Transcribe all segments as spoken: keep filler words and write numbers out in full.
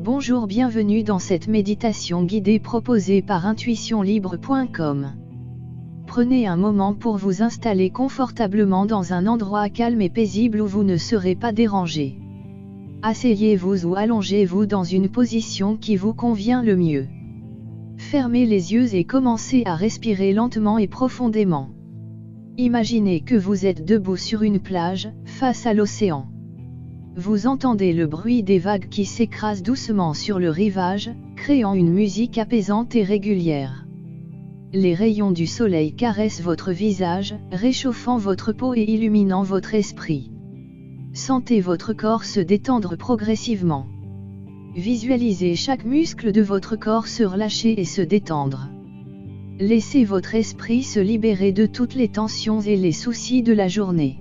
Bonjour, bienvenue dans cette méditation guidée proposée par intuition libre point com. Prenez un moment pour vous installer confortablement dans un endroit calme et paisible où vous ne serez pas dérangé. Asseyez-vous ou allongez-vous dans une position qui vous convient le mieux. Fermez les yeux et commencez à respirer lentement et profondément. Imaginez que vous êtes debout sur une plage, face à l'océan. Vous entendez le bruit des vagues qui s'écrasent doucement sur le rivage, créant une musique apaisante et régulière. Les rayons du soleil caressent votre visage, réchauffant votre peau et illuminant votre esprit. Sentez votre corps se détendre progressivement. Visualisez chaque muscle de votre corps se relâcher et se détendre. Laissez votre esprit se libérer de toutes les tensions et les soucis de la journée.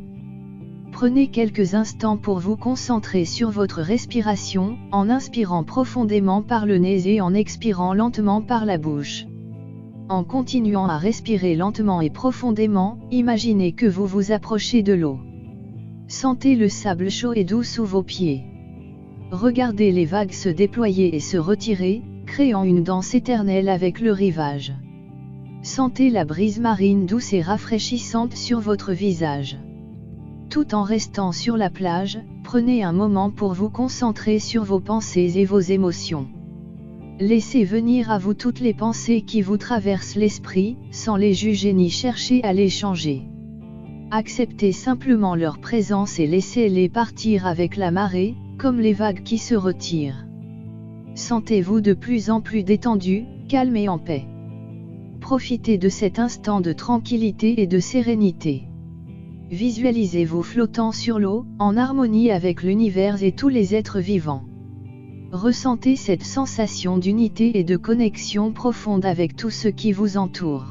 Prenez quelques instants pour vous concentrer sur votre respiration, en inspirant profondément par le nez et en expirant lentement par la bouche. En continuant à respirer lentement et profondément, imaginez que vous vous approchez de l'eau. Sentez le sable chaud et doux sous vos pieds. Regardez les vagues se déployer et se retirer, créant une danse éternelle avec le rivage. Sentez la brise marine douce et rafraîchissante sur votre visage. Tout en restant sur la plage, prenez un moment pour vous concentrer sur vos pensées et vos émotions. Laissez venir à vous toutes les pensées qui vous traversent l'esprit, sans les juger ni chercher à les changer. Acceptez simplement leur présence et laissez-les partir avec la marée, comme les vagues qui se retirent. Sentez-vous de plus en plus détendu, calme et en paix. Profitez de cet instant de tranquillité et de sérénité. Visualisez-vous flottant sur l'eau, en harmonie avec l'univers et tous les êtres vivants. Ressentez cette sensation d'unité et de connexion profonde avec tout ce qui vous entoure.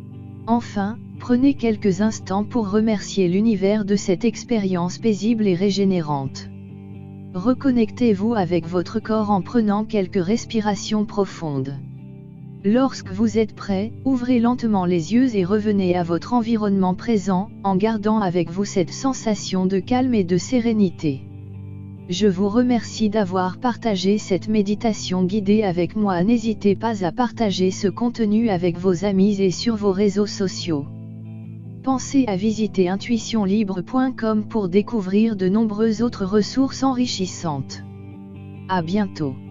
Enfin, prenez quelques instants pour remercier l'univers de cette expérience paisible et régénérante. Reconnectez-vous avec votre corps en prenant quelques respirations profondes. Lorsque vous êtes prêt, ouvrez lentement les yeux et revenez à votre environnement présent, en gardant avec vous cette sensation de calme et de sérénité. Je vous remercie d'avoir partagé cette méditation guidée avec moi. N'hésitez pas à partager ce contenu avec vos amis et sur vos réseaux sociaux. Pensez à visiter intuition libre point com pour découvrir de nombreuses autres ressources enrichissantes. À bientôt.